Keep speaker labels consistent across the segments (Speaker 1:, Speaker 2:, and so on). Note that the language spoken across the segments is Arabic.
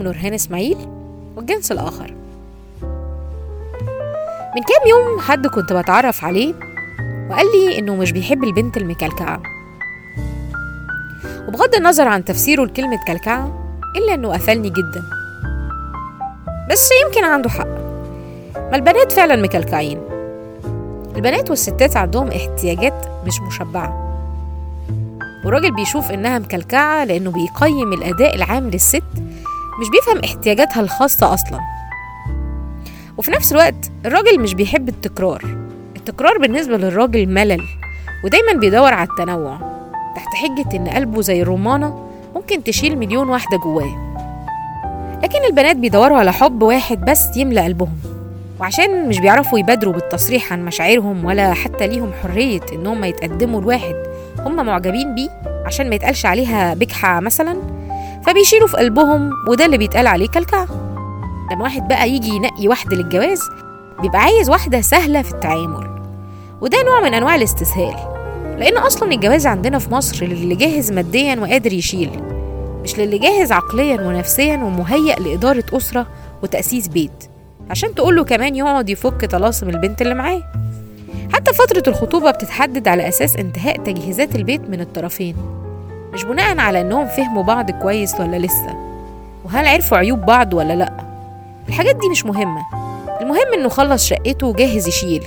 Speaker 1: نورهان إسماعيل والجنس الآخر. من كام يوم حد كنت بتعرف عليه وقال لي إنه مش بيحب البنت المكلكعة، وبغض النظر عن تفسيره لكلمة كلكعة إلا إنه قفلني جدا. بس يمكن عنده حق، ما البنات فعلا مكلكعين. البنات والستات عندهم احتياجات مش مشبعة، والراجل بيشوف إنها مكلكعة لأنه بيقيم الأداء العام للست، مش بيفهم احتياجاتها الخاصة أصلا. وفي نفس الوقت الراجل مش بيحب التكرار بالنسبة للراجل ملل، ودايما بيدور على التنوع تحت حجة إن قلبه زي الرمانة ممكن تشيل 1,000,000 واحدة جواه. لكن البنات بيدوروا على حب واحد بس يملأ قلبهم، وعشان مش بيعرفوا يبادروا بالتصريح عن مشاعرهم ولا حتى ليهم حرية إنهم يتقدموا لواحد هم معجبين بيه عشان ما يتقالش عليها بجحة مثلا، فبيشيلوا في قلبهم، وده اللي بيتقال عليه كلكعة. لما واحد بقى يجي ينقي واحدة للجواز بيبقى عايز واحدة سهلة في التعامل، وده نوع من أنواع الاستسهال، لأن أصلا الجواز عندنا في مصر للي جاهز ماديا وقادر يشيل، مش للي جاهز عقليا ونفسيا ومهيأ لإدارة أسرة وتأسيس بيت، عشان تقوله كمان يقعد يفك طلاسم البنت اللي معاه. حتى فترة الخطوبة بتتحدد على أساس انتهاء تجهيزات البيت من الطرفين، مش بناء على أنهم فهموا بعض كويس ولا لسه، وهل عرفوا عيوب بعض ولا لأ. الحاجات دي مش مهمة، المهم إنه خلص شقته وجاهز يشيل.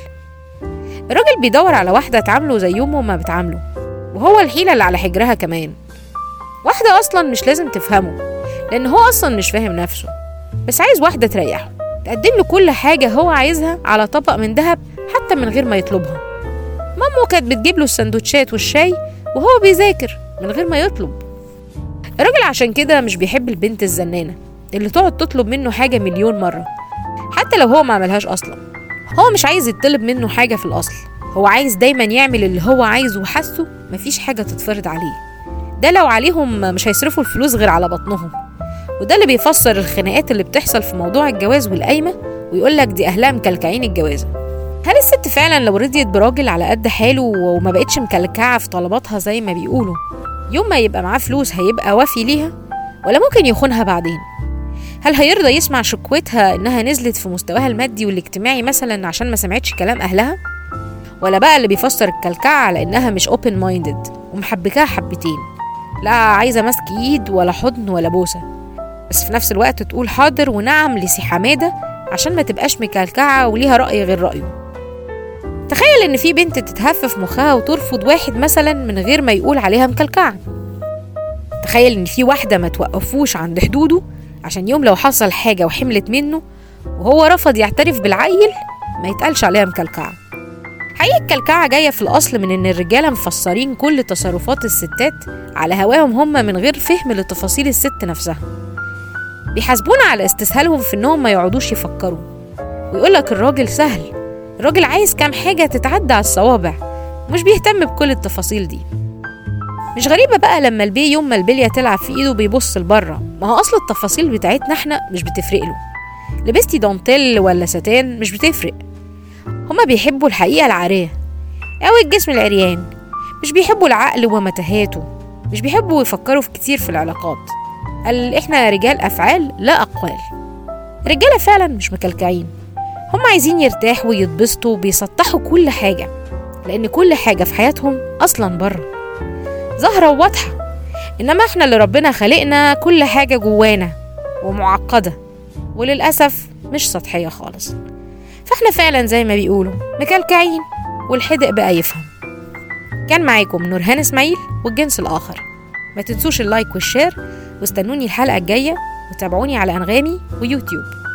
Speaker 1: الراجل بيدور على واحدة تعامله زي يومه ما بتعامله، وهو الحيلة اللي على حجرها كمان. واحدة أصلا مش لازم تفهمه، لأن هو أصلا مش فاهم نفسه، بس عايز واحدة تريحه تقدم له كل حاجة هو عايزها على طبق من ذهب حتى من غير ما يطلبها. مامته كانت بتجيب له السندوتشات والشاي وهو بيذاكر من غير ما يطلب. الراجل عشان كده مش بيحب البنت الزنانة اللي تقعد تطلب منه حاجة 1,000,000 مرة حتى لو هو ما عملهاش أصلا. هو مش عايز يطلب منه حاجة في الأصل، هو عايز دايما يعمل اللي هو عايزه وحسه مفيش حاجة تتفرض عليه. ده لو عليهم مش هيصرفوا الفلوس غير على بطنهم، وده اللي بيفسر الخناقات اللي بتحصل في موضوع الجواز والقايمة، ويقولك دي أهلها مكلكعين الجوازة. هل الست فعلا لو رضيت براجل على قد حاله وما بقتش مكلكعة في طلباتها زي ما بيقولوا، يوم ما يبقى معاه فلوس هيبقى وافي ليها، ولا ممكن يخونها بعدين؟ هل هيرضى يسمع شكوتها إنها نزلت في مستواها المادي والاجتماعي مثلا عشان ما سمعتش كلام أهلها؟ ولا بقى اللي بيفسر الكلكعة على إنها مش open minded ومحبكاها حبتين، لا عايزة مسك إيد ولا حضن ولا بوسة، بس في نفس الوقت تقول حاضر ونعم لسي حمادة عشان ما تبقاش مكلكعة وليها رأي غير رأيه. تخيل إن في بنت تتهفف مخها وترفض واحد مثلا من غير ما يقول عليها مكلكعة. تخيل إن في واحدة ما توقفوش عند حدوده عشان يوم لو حصل حاجة وحملت منه وهو رفض يعترف بالعيل ما يتقالش عليها مكلكعة. حقيقة الكلكعة جاية في الأصل من إن الرجالة مفسرين كل تصرفات الستات على هواهم هم من غير فهم لتفاصيل الست نفسها. بيحاسبونا على استسهالهم في إنهم ما يقعدوش يفكروا، ويقولك الراجل سهل، الراجل عايز كام حاجة تتعدى على الصوابع، مش بيهتم بكل التفاصيل دي. مش غريبة بقى لما البي يوم ما البلية تلعب في إيده بيبص لبره، ما هو أصل التفاصيل بتاعتنا احنا مش بتفرق له، لبستي دانتيل ولا ستان مش بتفرق. هما بيحبوا الحقيقة العارية أو الجسم العريان، مش بيحبوا العقل ومتاهاته، مش بيحبوا يفكروا في كتير في العلاقات. قال إحنا رجال أفعال لا أقوال. رجالة فعلا مش مكلكعين، هم عايزين يرتاحوا ويتبسطوا وبيسطحوا كل حاجة، لأن كل حاجة في حياتهم أصلا بره ظاهرة وواضحة. إنما إحنا اللي ربنا خلقنا كل حاجة جوانا ومعقدة، وللأسف مش سطحية خالص. فإحنا فعلا زي ما بيقولوا مكلكعين، والحدق بقى يفهم. كان معاكم نورهان إسماعيل والجنس الآخر. ما تنسوش اللايك والشير، واستنوني الحلقة الجاية، وتابعوني على أنغامي ويوتيوب.